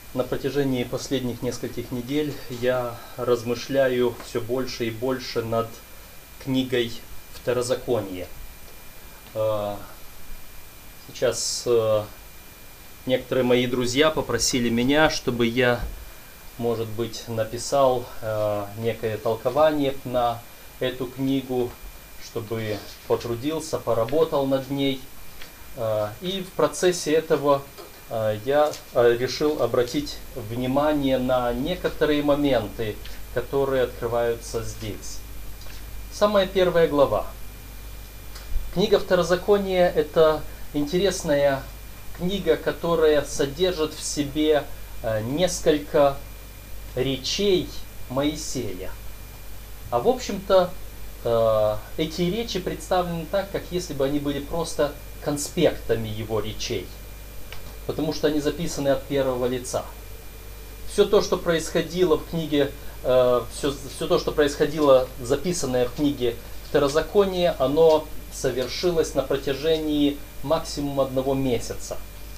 На протяжении последних нескольких недель я размышляю все больше и больше над книгой Второзаконие. Сейчас некоторые мои друзья попросили меня, чтобы я, может быть, написал некое толкование на эту книгу, чтобы потрудился, поработал над ней. И в процессе этого я решил обратить внимание на некоторые моменты, которые открываются здесь. Самая первая глава. Книга Второзакония – это интересная книга, которая содержит в себе несколько речей Моисея. А в общем-то, эти речи представлены так, как если бы они были просто конспектами его речей, потому что они записаны от первого лица. Все то, что происходило в книге, все то, что происходило, записанное в книге Второзаконие, оно совершилось на протяжении максимум 1 месяца.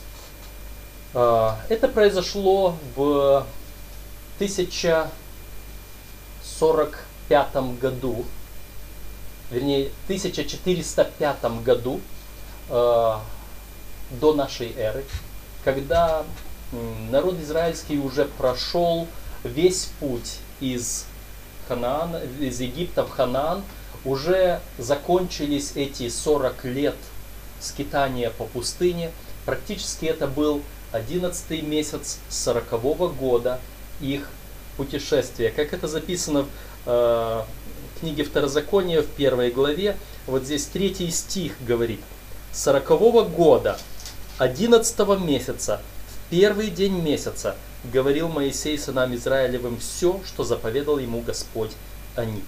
Это произошло в 1045 году, вернее, 1405 году до нашей эры, когда народ израильский уже прошел весь путь из Египта в Ханаан, уже закончились эти 40 лет скитания по пустыне. Практически это был 11-й месяц 40-го года их путешествия. Как это записано в книге Второзакония в 1 главе, вот здесь 3 стих говорит: 40-го года, 11-го месяца, в 1-й день месяца, говорил Моисей сынам Израилевым все, что заповедал ему Господь о них.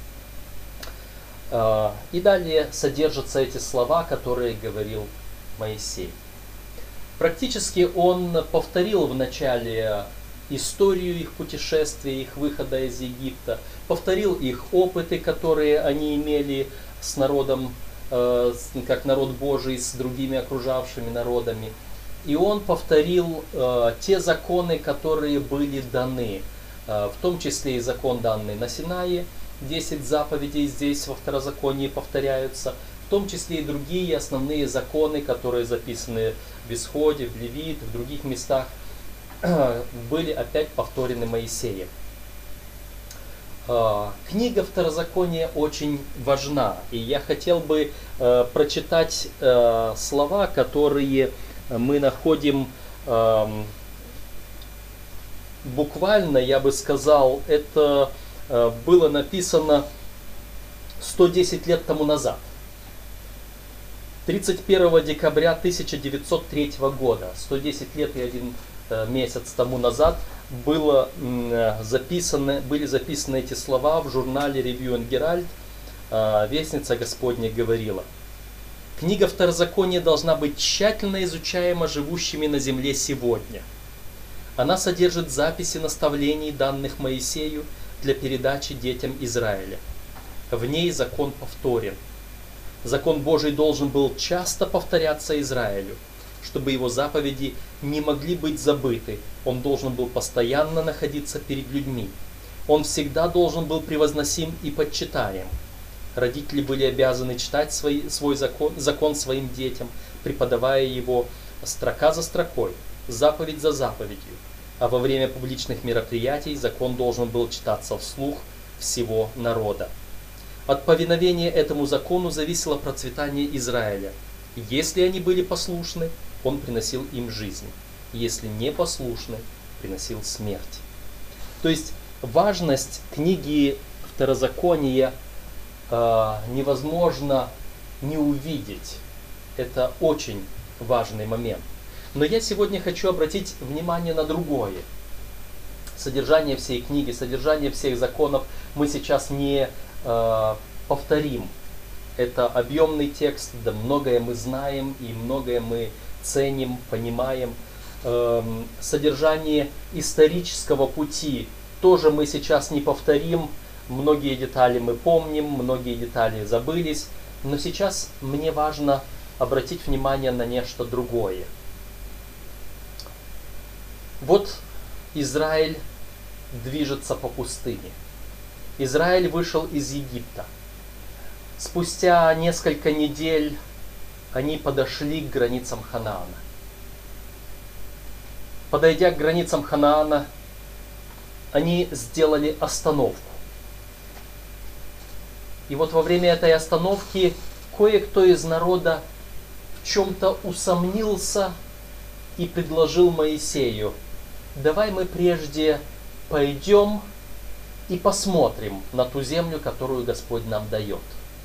И далее содержатся эти слова, которые говорил Моисей. Практически он повторил в начале историю их путешествия, их выхода из Египта, повторил их опыты, которые они имели с народом, как народ Божий, с другими окружавшими народами. И он повторил те законы, которые были даны, в том числе и закон, данный на Синае. 10 заповедей здесь во Второзаконии повторяются, в том числе и другие основные законы, которые записаны в Исходе, в Левит, в других местах, были опять повторены Моисеем. Книга Второзакония очень важна, и я хотел бы прочитать слова, которые мы находим буквально, я бы сказал, это было написано 110 лет тому назад. 31 декабря 1903 года, 110 лет и 1 месяц тому назад, были записаны эти слова в журнале Review and Herald. Вестница Господня говорила: «Книга Второзакония должна быть тщательно изучаема живущими на земле сегодня. Она содержит записи наставлений, данных Моисею для передачи детям Израиля. В ней закон повторен. Закон Божий должен был часто повторяться Израилю, чтобы его заповеди не могли быть забыты. Он должен был постоянно находиться перед людьми. Он всегда должен был превозносим и почитаем. Родители были обязаны читать свой закон своим детям, преподавая его строка за строкой, заповедь за заповедью. А во время публичных мероприятий закон должен был читаться вслух всего народа. От повиновения этому закону зависело процветание Израиля. Если они были послушны, он приносил им жизнь. Если не послушны, приносил смерть». То есть важность книги Второзакония невозможно не увидеть. Это очень важный момент. Но я сегодня хочу обратить внимание на другое. Содержание всей книги, содержание всех законов мы сейчас не повторим. Это объемный текст, да, многое мы знаем и многое мы ценим, понимаем. Содержание исторического пути тоже мы сейчас не повторим. Многие детали мы помним, многие детали забылись. Но сейчас мне важно обратить внимание на нечто другое. Вот Израиль движется по пустыне. Израиль вышел из Египта. Спустя несколько недель они подошли к границам Ханаана. Подойдя к границам Ханаана, они сделали остановку. И вот во время этой остановки кое-кто из народа в чем-то усомнился и предложил Моисею: давай мы прежде пойдем и посмотрим на ту землю, которую Господь нам дает.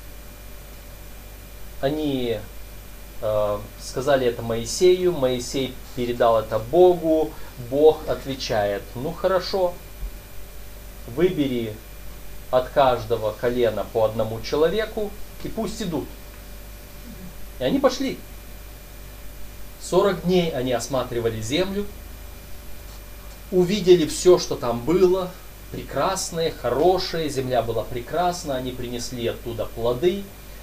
Они сказали это Моисею, Моисей передал это Богу, Бог отвечает: ну хорошо, выбери от каждого колена по одному человеку и пусть идут. И они пошли. 40 дней они осматривали землю, увидели все, что там было, прекрасное, хорошее, земля была прекрасна, они принесли оттуда плоды,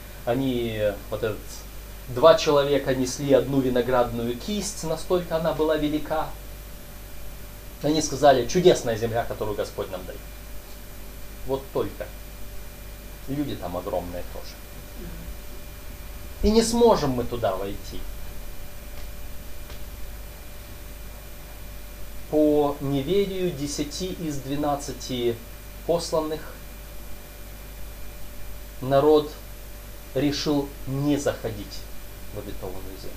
два человека несли одну виноградную кисть, настолько она была велика. Они сказали: чудесная земля, которую Господь нам дает. Вот только. Люди там огромные тоже. И не сможем мы туда войти. По неверию 10 из 12 посланных народ решил не заходить в обетованную землю.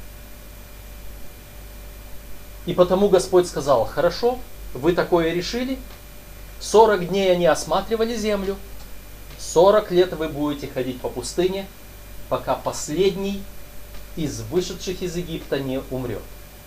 И потому Господь сказал: хорошо, вы такое решили, 40 дней они осматривали землю, 40 лет вы будете ходить по пустыне, пока последний из вышедших из Египта не умрет.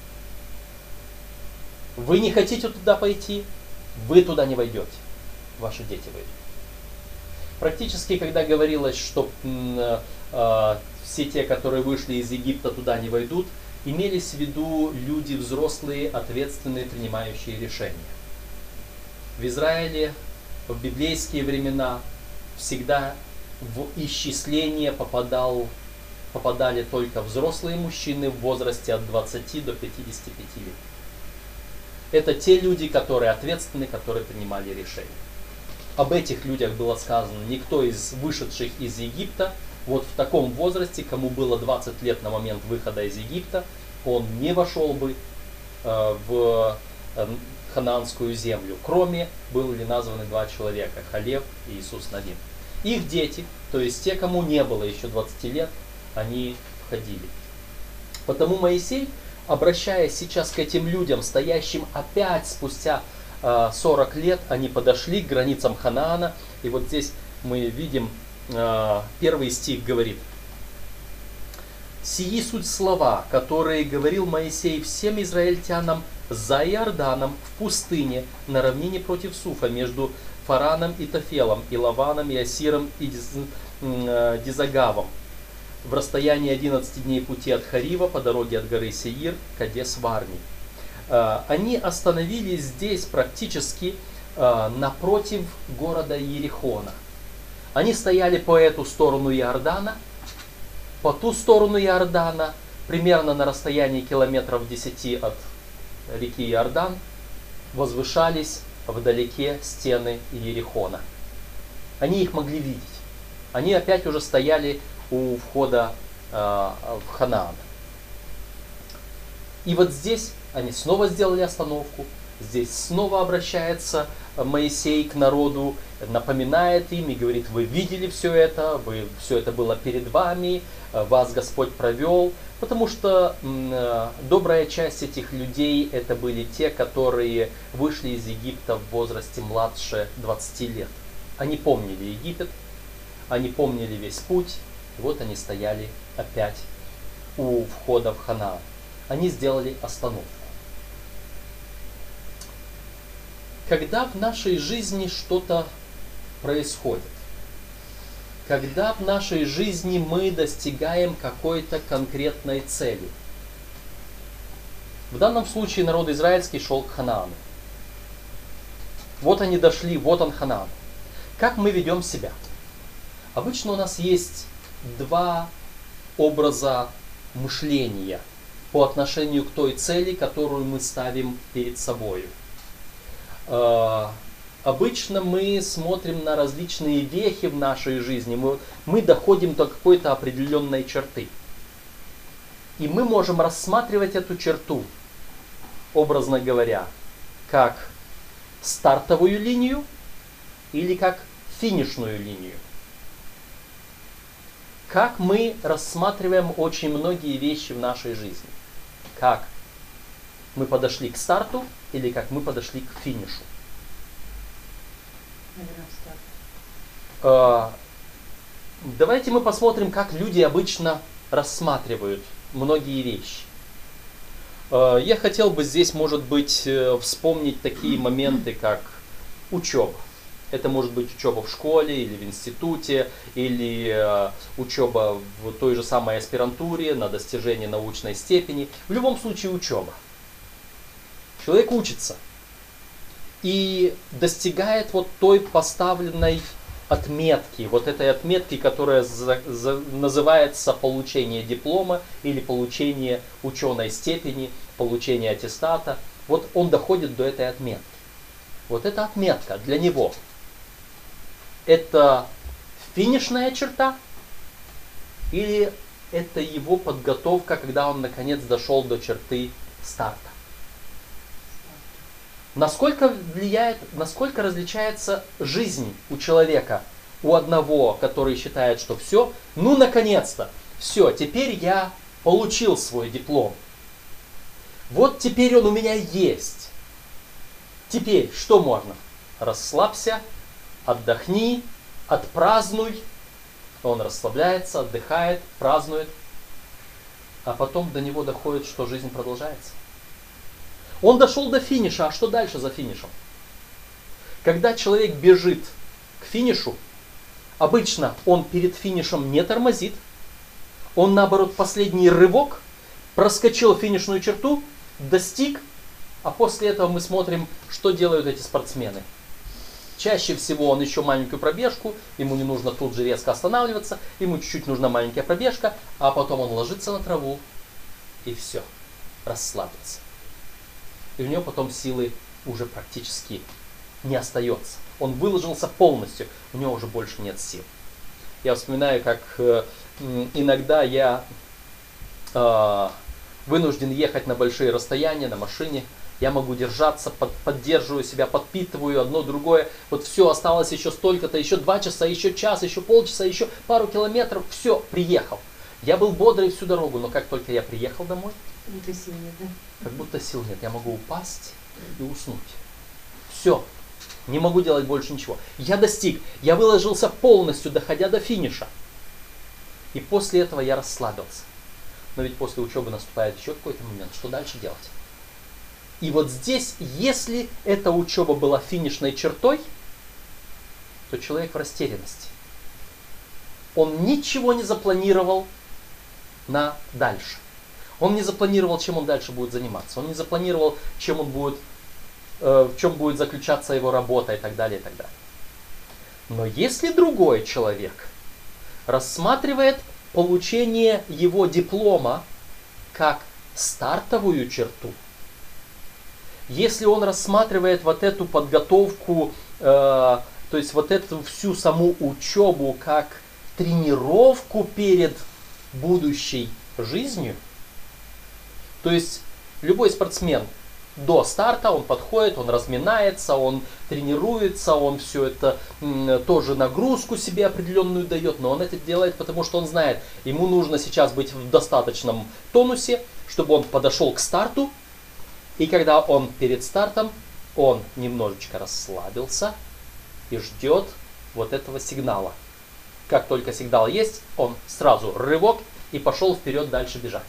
Вы не хотите туда пойти, вы туда не войдете, ваши дети войдут. Практически, когда говорилось, что все те, которые вышли из Египта, туда не войдут, имелись в виду люди взрослые, ответственные, принимающие решения. В Израиле в библейские времена всегда в исчисление попадали только взрослые мужчины в возрасте от 20 до 55 лет. Это те люди, которые ответственны, которые принимали решения. Об этих людях было сказано: никто из вышедших из Египта, вот в таком возрасте, кому было 20 лет на момент выхода из Египта, он не вошел бы в ханаанскую землю, кроме были названы два человека: Халев и Иисус Навин. Их дети, то есть те, кому не было еще 20 лет, они входили. Потому Моисей, обращаясь сейчас к этим людям, стоящим опять спустя 40 лет, они подошли к границам Ханаана. И вот здесь мы видим, первый стих говорит: «Сии суть слова, которые говорил Моисей всем израильтянам за Иорданом в пустыне, на равнине против Суфа, между Фараном и Тофелом, и Лаваном, и Асиром, и Дизагавом, в расстоянии 11 дней пути от Харива по дороге от горы Сеир к Кадес-Варни». Они остановились здесь практически напротив города Иерихона. Они стояли по эту сторону Иордана. По ту сторону Иордана, примерно на расстоянии километров 10 от реки Иордан, возвышались вдалеке стены Иерихона. Они их могли видеть. Они опять уже стояли у входа в Ханаан. И вот здесь они снова сделали остановку. Здесь снова обращается Моисей к народу, напоминает им и говорит: вы видели все это было перед вами, вас Господь провел. Потому что добрая часть этих людей это были те, которые вышли из Египта в возрасте младше 20 лет. Они помнили Египет, они помнили весь путь, и вот они стояли опять у входа в Ханаан. Они сделали остановку. Когда в нашей жизни что-то происходит, когда в нашей жизни мы достигаем какой-то конкретной цели. В данном случае народ израильский шел к Ханаану. Вот они дошли, вот он Ханаан. Как мы ведем себя? Обычно у нас есть два образа мышления по отношению к той цели, которую мы ставим перед собой. Обычно мы смотрим на различные вехи в нашей жизни, мы доходим до какой-то определенной черты. И мы можем рассматривать эту черту, образно говоря, как стартовую линию или как финишную линию. Как мы рассматриваем очень многие вещи в нашей жизни. Как мы подошли к старту или как мы подошли к финишу. Давайте мы посмотрим, как люди обычно рассматривают многие вещи. Я хотел бы здесь, может быть, вспомнить такие моменты, как учеба. Это может быть учеба в школе или в институте, или учеба в той же самой аспирантуре на достижение научной степени. В любом случае учеба. Человек учится и достигает вот той поставленной отметки, вот этой отметки, которая называется получение диплома или получение ученой степени, получение аттестата. Вот он доходит до этой отметки. Вот эта отметка для него — это финишная черта или это его подготовка, когда он наконец дошел до черты старта? Насколько различается жизнь у человека, у одного, который считает, что все, ну наконец-то, все, теперь я получил свой диплом. Вот теперь он у меня есть. Теперь что можно? Расслабься, отдохни, отпразднуй. Он расслабляется, отдыхает, празднует. А потом до него доходит, что жизнь продолжается. Он дошел до финиша, а что дальше за финишем? Когда человек бежит к финишу, обычно он перед финишем не тормозит, он наоборот последний рывок, проскочил финишную черту, достиг, а после этого мы смотрим, что делают эти спортсмены. Чаще всего он еще маленькую пробежку, ему не нужно тут же резко останавливаться, ему чуть-чуть нужна маленькая пробежка, а потом он ложится на траву и все, расслабится. И у него потом силы уже практически не остается. Он выложился полностью, у него уже больше нет сил. Я вспоминаю, как иногда я вынужден ехать на большие расстояния на машине. Я могу держаться, поддерживаю себя, подпитываю одно, другое. Вот все, осталось еще столько-то, еще 2 часа, еще час, еще полчаса, еще пару километров. Все, приехал. Я был бодрый всю дорогу, но как только я приехал домой, сил нет, да? Как будто сил нет. Я могу упасть и уснуть. Все. Не могу делать больше ничего. Я достиг. Я выложился полностью, доходя до финиша. И после этого я расслабился. Но ведь после учебы наступает еще какой-то момент. Что дальше делать? И вот здесь, если эта учеба была финишной чертой, то человек в растерянности. Он ничего не запланировал на дальше. Он не запланировал, чем он дальше будет заниматься. Он не запланировал, чем он будет, в чем будет заключаться его работа и так далее, и так далее. Но если другой человек рассматривает получение его диплома как стартовую черту, если он рассматривает вот эту подготовку, то есть вот эту всю саму учебу как тренировку перед будущей жизнью, то есть любой спортсмен до старта, он подходит, он разминается, он тренируется, он все это тоже нагрузку себе определенную дает, но он это делает, потому что он знает, ему нужно сейчас быть в достаточном тонусе, чтобы он подошел к старту, и когда он перед стартом, он немножечко расслабился и ждет вот этого сигнала. Как только сигнал есть, он сразу рывок и пошел вперед дальше бежать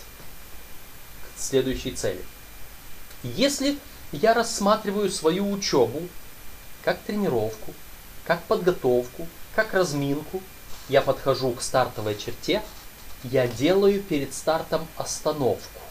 к следующей цели. Если я рассматриваю свою учебу как тренировку, как подготовку, как разминку, я подхожу к стартовой черте, я делаю перед стартом остановку.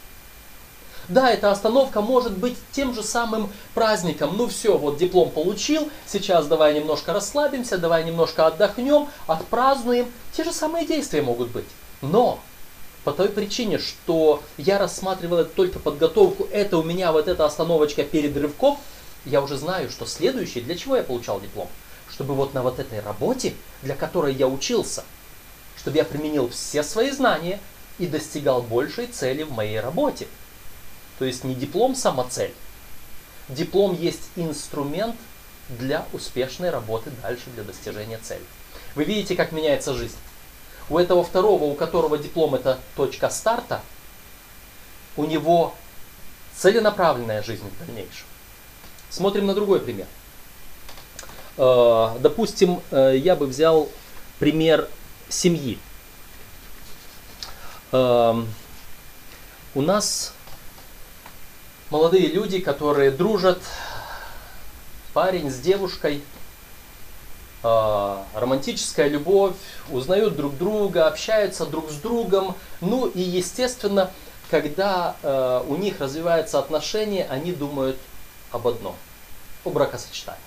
Да, эта остановка может быть тем же самым праздником. Ну все, вот диплом получил, сейчас давай немножко расслабимся, давай немножко отдохнем, отпразднуем. Те же самые действия могут быть. Но по той причине, что я рассматривал это только подготовку, это у меня вот эта остановочка перед рывком, я уже знаю, что следующее, для чего я получал диплом? Чтобы вот на вот этой работе, для которой я учился, чтобы я применил все свои знания и достигал большей цели в моей работе. То есть не диплом самоцель. Диплом есть инструмент для успешной работы дальше, для достижения цели. Вы видите, как меняется жизнь. У этого второго, у которого диплом это точка старта, у него целенаправленная жизнь в дальнейшем. Смотрим на другой пример. Допустим, я бы взял пример семьи. У нас молодые люди, которые дружат, парень с девушкой, романтическая любовь, узнают друг друга, общаются друг с другом. Ну и естественно, когда у них развиваются отношения, они думают об одном, о бракосочетании.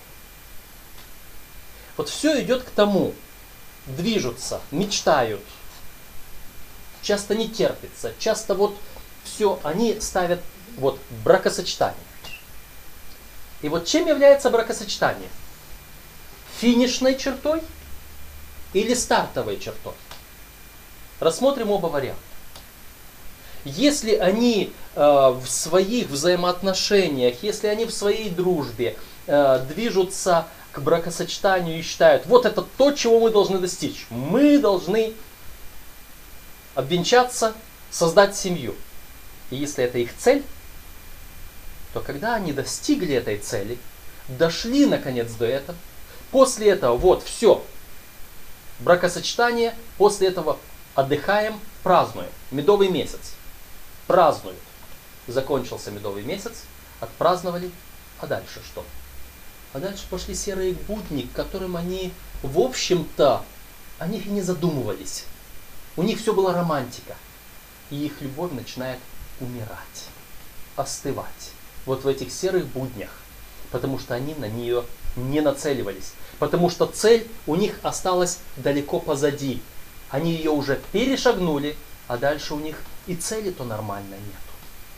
Вот все идет к тому, движутся, мечтают, часто не терпится, часто вот все, они ставят вот бракосочетание. И вот чем является бракосочетание? Финишной чертой или стартовой чертой? Рассмотрим оба варианта. Если они в своих взаимоотношениях, если они в своей дружбе движутся к бракосочетанию и считают, вот это то, чего мы должны достичь. Мы должны обвенчаться, создать семью. И если это их цель, то когда они достигли этой цели, дошли наконец до этого, после этого вот все, бракосочетание, после этого отдыхаем, празднуем. Медовый месяц. Празднуют. Закончился медовый месяц, отпраздновали, а дальше что? А дальше пошли серые будни, к которым они, в общем-то, о них и не задумывались. У них все была романтика. И их любовь начинает умирать, остывать. Вот в этих серых буднях. Потому что они на нее не нацеливались. Потому что цель у них осталась далеко позади. Они ее уже перешагнули, а дальше у них и цели-то нормальной нету.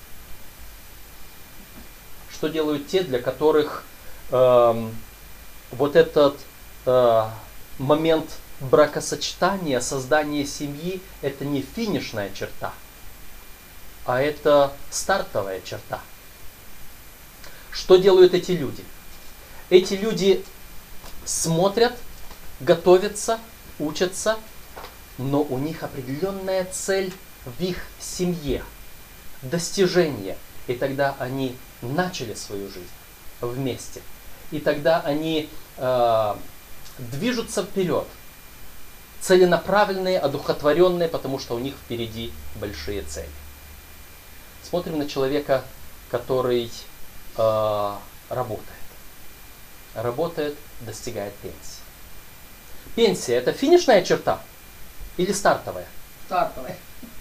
Что делают те, для которых вот этот момент бракосочетания, создания семьи, это не финишная черта, а это стартовая черта. Что делают эти люди? Эти люди смотрят, готовятся, учатся, но у них определенная цель в их семье, достижение. И тогда они начали свою жизнь вместе. И тогда они движутся вперед, целенаправленные, одухотворенные, потому что у них впереди большие цели. Смотрим на человека, который работает. Работает, достигает пенсии. Пенсия – это финишная черта или стартовая? Стартовая.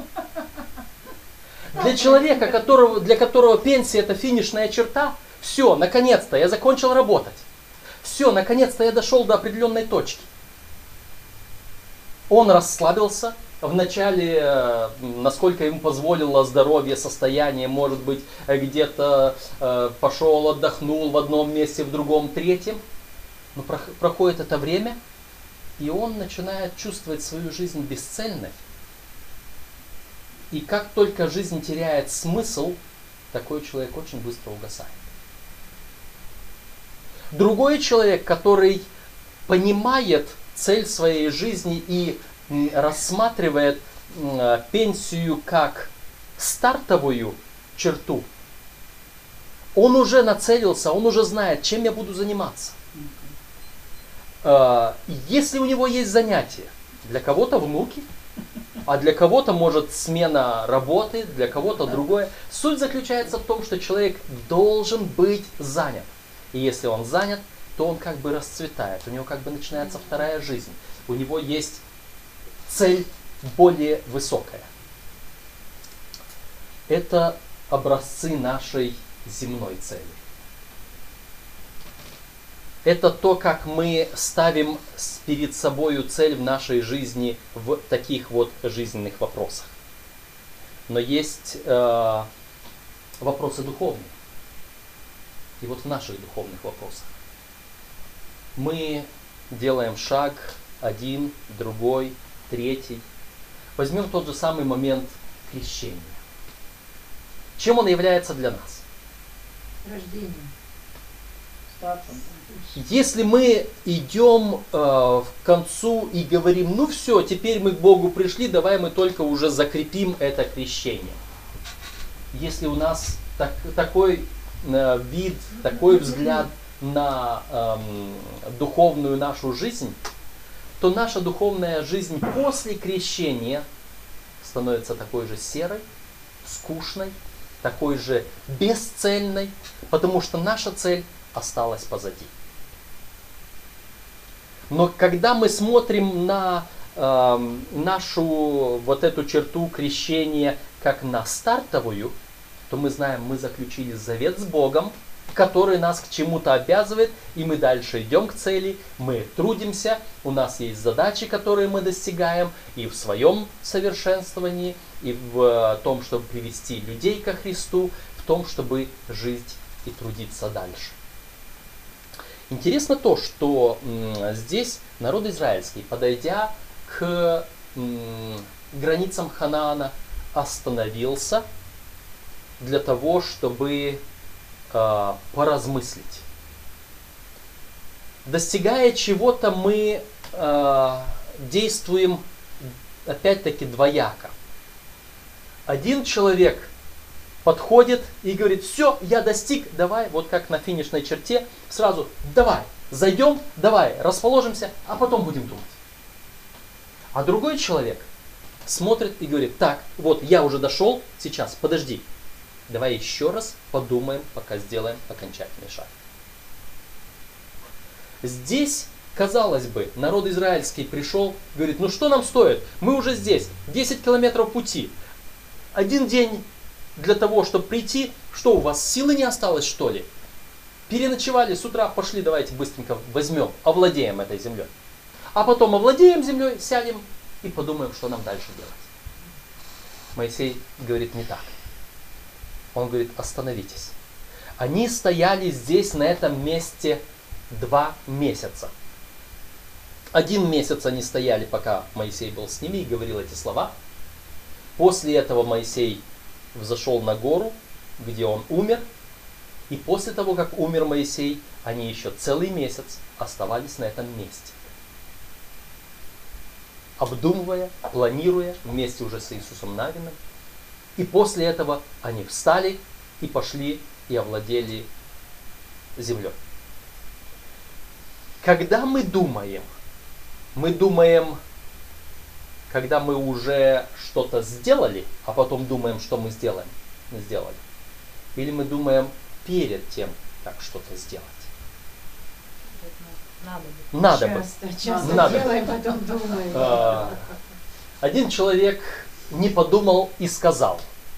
Для человека, для которого пенсия – это финишная черта, все, наконец-то я закончил работать. Все, наконец-то я дошел до определенной точки. Он расслабился. Вначале, насколько ему позволило здоровье, состояние, может быть, где-то пошел, отдохнул в одном месте, в другом, третьем. Но проходит это время, и он начинает чувствовать свою жизнь бесцельной. И как только жизнь теряет смысл, такой человек очень быстро угасает. Другой человек, который понимает цель своей жизни и рассматривает пенсию как стартовую черту, он уже нацелился, он уже знает, чем я буду заниматься. Если у него есть занятия, для кого-то внуки, а для кого-то может смена работы, для кого-то другое. Суть заключается в том, что человек должен быть занят. И если он занят, то он как бы расцветает, у него как бы начинается вторая жизнь. У него есть цель более высокая. Это образцы нашей земной цели. Это то, как мы ставим перед собой цель в нашей жизни в таких вот жизненных вопросах. Но есть вопросы духовные. и вот в наших духовных вопросах. Мы делаем шаг один, другой, третий. Возьмем тот же самый момент крещения. Чем он является для нас? Рождение. Если мы идем к концу и говорим, ну все, теперь мы к Богу пришли, давай мы только уже закрепим это крещение. Если у нас такой вид, такой взгляд на духовную нашу жизнь, то наша духовная жизнь после крещения становится такой же серой, скучной, такой же бесцельной, потому что наша цель осталась позади. Но когда мы смотрим на нашу вот эту черту крещения как на стартовую, то мы знаем, мы заключили завет с Богом, который нас к чему-то обязывает, и мы дальше идем к цели, мы трудимся, у нас есть задачи, которые мы достигаем и в своем совершенствовании, и в том, чтобы привести людей ко Христу, в том, чтобы жить и трудиться дальше. Интересно то, что здесь народ израильский, подойдя к границам Ханаана, остановился для того, чтобы поразмыслить. Достигая чего-то, мы действуем опять-таки двояко. Один человек подходит и говорит, все, я достиг, давай, вот как на финишной черте, сразу, давай, зайдем, давай, расположимся, а потом будем думать. А другой человек смотрит и говорит, так, вот я уже дошел, сейчас, подожди, давай еще раз подумаем, пока сделаем окончательный шаг. Здесь, казалось бы, народ израильский пришел, говорит, ну что нам стоит, мы уже здесь, 10 километров пути, один день для того, чтобы прийти, что у вас, силы не осталось, что ли? Переночевали, с утра пошли, давайте быстренько возьмем, овладеем этой землей. А потом овладеем землей, сядем и подумаем, что нам дальше делать. Моисей говорит не так. Он говорит, остановитесь. Они стояли здесь, на этом месте, 2 месяца. 1 месяц они стояли, пока Моисей был с ними и говорил эти слова. После этого Моисей взошел на гору, где он умер. И после того, как умер Моисей, они еще целый месяц оставались на этом месте. Обдумывая, планируя, вместе уже с Иисусом Навином. И после этого они встали и пошли и овладели землей. Когда мы думаем, когда мы уже что-то сделали, а потом думаем, что мы сделали. Или мы думаем перед тем, как что-то сделать. Надо бы. Часто делаем, потом думаем. Один человек не подумал и сказал.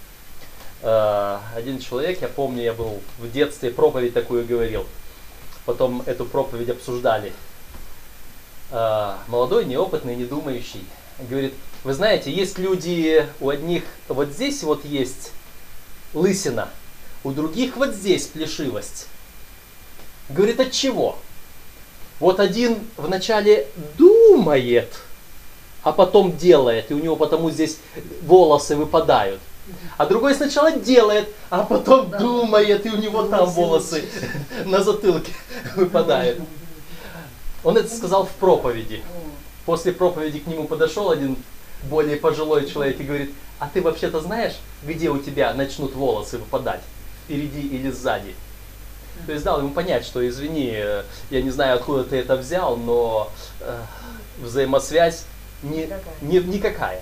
Один человек, я помню, я был в детстве, проповедь такую говорил. Потом эту проповедь обсуждали. Молодой, неопытный, не думающий. Говорит, вы знаете, есть люди, у одних вот здесь вот есть лысина, у других вот здесь плешивость. Говорит, от чего? Вот один вначале думает, а потом делает, и у него потому здесь волосы выпадают. А другой сначала делает, а потом думает, и у него там волосы на затылке выпадают. Он это сказал в проповеди. После проповеди к нему подошел один более пожилой человек и говорит, а ты вообще-то знаешь, где у тебя начнут волосы выпадать? Впереди или сзади? То есть дал ему понять, что извини, я не знаю, откуда ты это взял, но взаимосвязь никакая.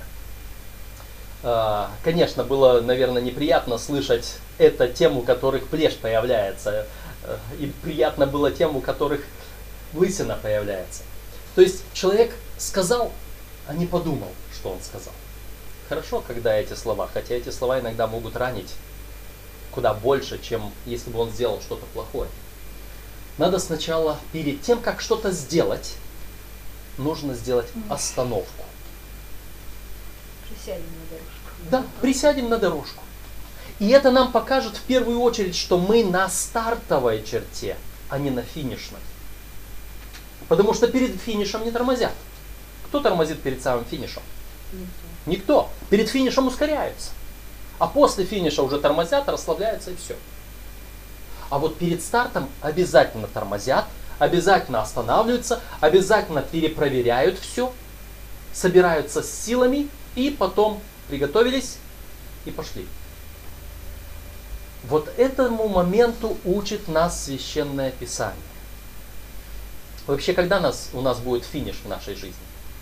Конечно, было, наверное, неприятно слышать это тем, у которых плешь появляется. И приятно было тем, у которых лысина появляется. То есть человек сказал, а не подумал, что он сказал. Хорошо, когда эти слова, хотя эти слова иногда могут ранить куда больше, чем если бы он сделал что-то плохое. Надо сначала, перед тем, как что-то сделать, нужно сделать остановку. Присядем на дорожку. Да, присядем на дорожку. И это нам покажет в первую очередь, что мы на стартовой черте, а не на финишной. Потому что перед финишем не тормозят. Кто тормозит перед самым финишем? Никто. Перед финишем ускоряются. А после финиша уже тормозят, расслабляются и все. А вот перед стартом обязательно тормозят, обязательно останавливаются, обязательно перепроверяют все, собираются с силами и потом приготовились и пошли. Вот этому моменту учит нас Священное Писание. Вообще, когда у нас будет финиш в нашей жизни?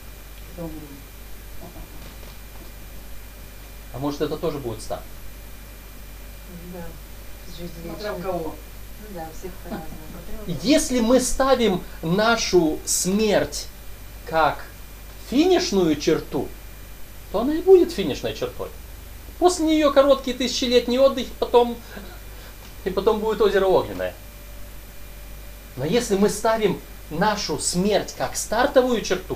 А может, это тоже будет старт? Да. Жизнь Смотря в вечная. кого. Ну да, всех по-разному. Если мы ставим нашу смерть как финишную черту, то она и будет финишной чертой. После нее короткий тысячелетний отдых, и потом будет озеро Огненное. Но если мы ставим нашу смерть как стартовую черту,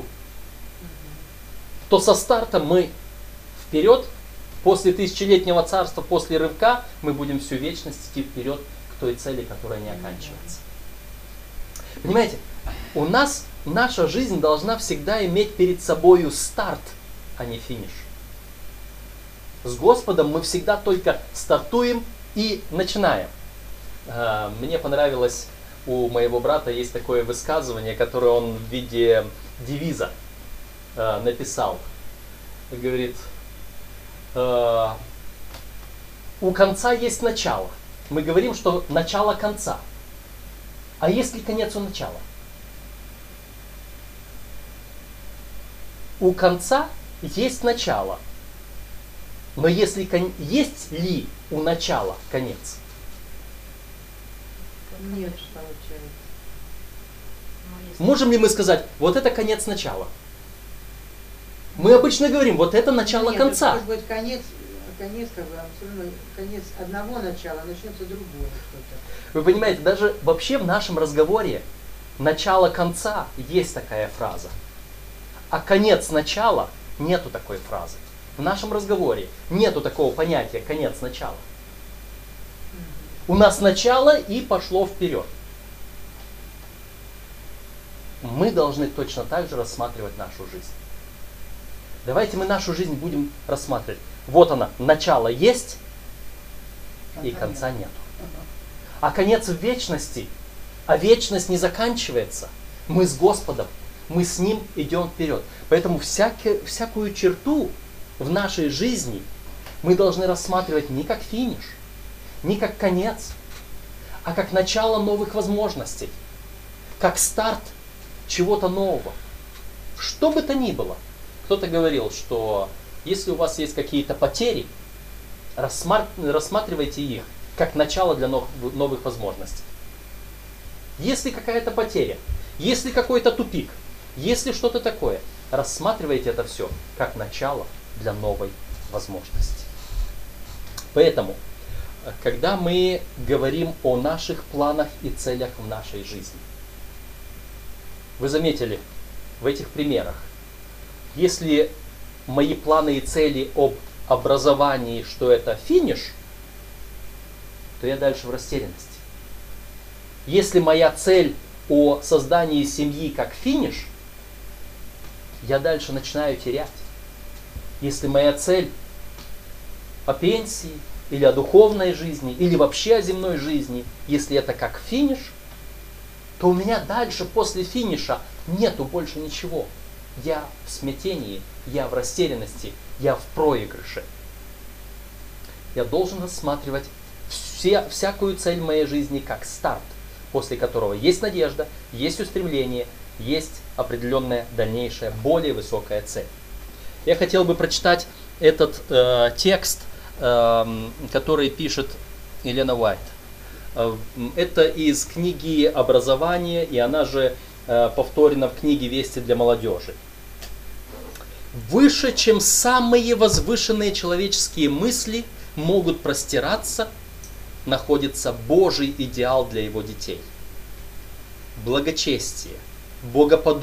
то со стартом мы вперед, после тысячелетнего царства, после рывка, мы будем всю вечность идти вперед к той цели, которая не оканчивается. Понимаете, у нас наша жизнь должна всегда иметь перед собою старт, а не финиш. С Господом мы всегда только стартуем и начинаем. Мне понравилось, у моего брата есть такое высказывание, которое он в виде девиза написал. Говорит, у конца есть начало. Мы говорим, что начало конца. А есть ли конец у начала? У конца есть начало. Но есть ли у начала конец? Нет, получается. Можем ли мы сказать, вот это конец начала? Мы обычно говорим, вот это начало Нет, конца. это может быть конец как бы, а все равно конец одного начала, начнется другое что-то. Вы понимаете, даже вообще в нашем разговоре начало конца есть такая фраза. А конец начала нету такой фразы. В нашем разговоре нету такого понятия конец начала. У нас начало и пошло вперед. Мы должны точно так же рассматривать нашу жизнь. Давайте мы нашу жизнь будем рассматривать. Вот она, начало есть, и конца нету. А конец в вечности, а вечность не заканчивается. Мы с Господом, мы с Ним идем вперед. Поэтому всякую черту в нашей жизни мы должны рассматривать не как финиш, не как конец, а как начало новых возможностей, как старт чего-то нового. Что бы то ни было. Кто-то говорил, что если у вас есть какие-то потери, рассматривайте их как начало для новых возможностей. Если какая-то потеря, если какой-то тупик, если что-то такое, рассматривайте это все как начало для новой возможности. Поэтому, когда мы говорим о наших планах и целях в нашей жизни, вы заметили в этих примерах, если мои планы и цели об образовании, что это финиш, то я дальше в растерянности. Если моя цель о создании семьи как финиш, я дальше начинаю терять. Если моя цель о пенсии, или о духовной жизни, или вообще о земной жизни, если это как финиш, то у меня дальше после финиша нету больше ничего. Я в смятении, я в растерянности, я в проигрыше. Я должен рассматривать всякую цель моей жизни как старт, после которого есть надежда, есть устремление, есть определенная дальнейшая, более высокая цель. Я хотел бы прочитать этот текст, который пишет Елена Уайт. Это из книги «Образование», и она же повторена в книге «Вести для молодежи». Выше, чем самые возвышенные человеческие мысли могут простираться, находится Божий идеал для его детей. Благочестие,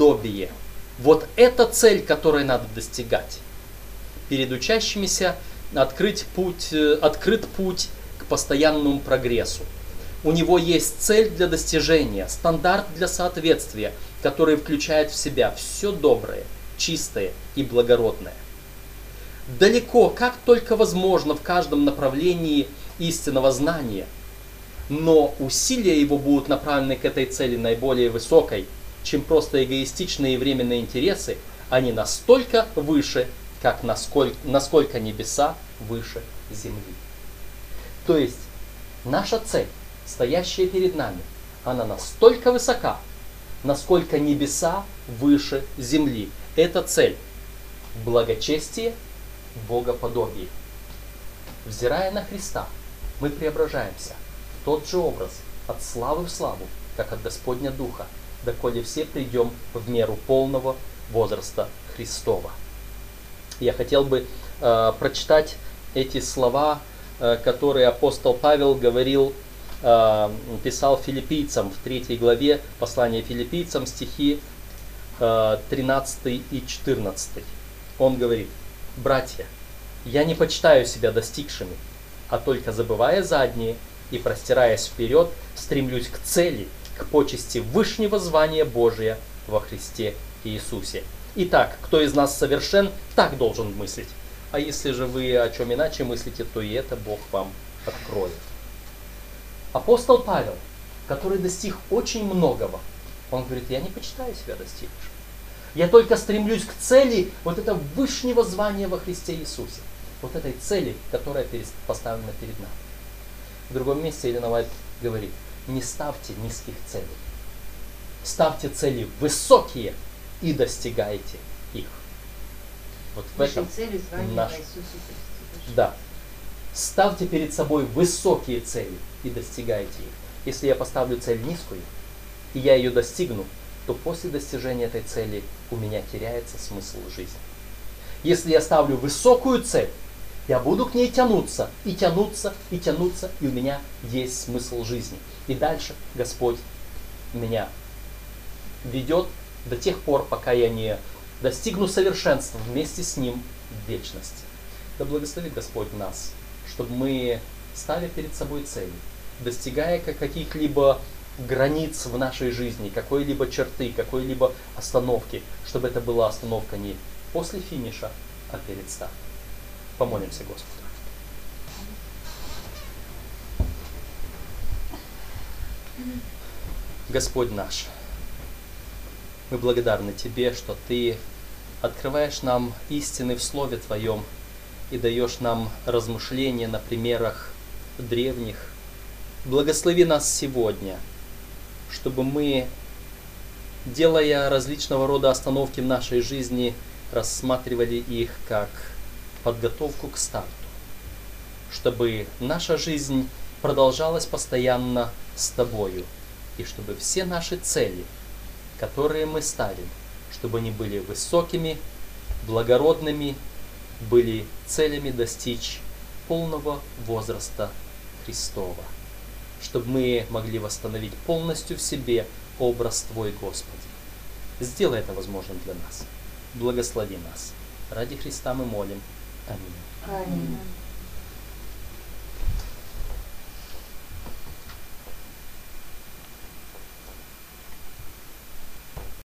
богоподобие – вот эта цель, которой надо достигать. Перед учащимися открыт путь к постоянному прогрессу. У него есть цель для достижения, стандарт для соответствия, который включает в себя все доброе, чистое и благородное. Далеко, как только возможно, в каждом направлении истинного знания, но усилия его будут направлены к этой цели наиболее высокой, чем просто эгоистичные и временные интересы, они настолько выше, как насколько небеса выше земли. То есть наша цель, стоящая перед нами, она настолько высока, насколько небеса выше земли. Это цель – благочестие, богоподобие. Взирая на Христа, мы преображаемся в тот же образ, от славы в славу, как от Господня Духа, доколе все придем в меру полного возраста Христова. Я хотел бы прочитать эти слова, которые апостол Павел говорил, писал филиппийцам в 3 главе послания филиппийцам, стихи 13 и 14. Он говорит: «Братья, я не почитаю себя достигшими, а только забывая заднее и простираясь вперед, стремлюсь к цели, к почести вышнего звания Божия во Христе Иисусе. Итак, кто из нас совершен, так должен мыслить. А если же вы о чем иначе мыслите, то и это Бог вам откроет». Апостол Павел, который достиг очень многого, он говорит: я не почитаю себя достигшим. Я только стремлюсь к цели вот этого вышнего звания во Христе Иисусе. Вот этой цели, которая поставлена перед нами. В другом месте Эллен Уайт говорит: не ставьте низких целей. Ставьте цели высокие и достигайте их. Вот в этом цели звания наш... во Иисусе Христе. Да. Ставьте перед собой высокие цели и достигайте их. Если я поставлю цель низкую, и я ее достигну, то после достижения этой цели у меня теряется смысл жизни. Если я ставлю высокую цель, я буду к ней тянуться, и тянуться, и тянуться, и у меня есть смысл жизни. И дальше Господь меня ведет до тех пор, пока я не достигну совершенства вместе с Ним в вечности. Да благословит Господь нас, чтобы мы, ставя перед собой цели, достигая каких-либо границ в нашей жизни, какой-либо черты, какой-либо остановки, чтобы это была остановка не после финиша, а перед стартом. Помолимся Господу. Господь наш, мы благодарны Тебе, что Ты открываешь нам истины в Слове Твоем и даешь нам размышления на примерах древних. Благослови нас сегодня, чтобы мы, делая различного рода остановки в нашей жизни, рассматривали их как подготовку к старту, чтобы наша жизнь продолжалась постоянно с Тобою, и чтобы все наши цели, которые мы ставим, чтобы они были высокими, благородными, были целями достичь полного возраста Христова, чтобы мы могли восстановить полностью в себе образ Твой, Господи. Сделай это возможным для нас. Благослови нас. Ради Христа мы молим. Аминь. Аминь.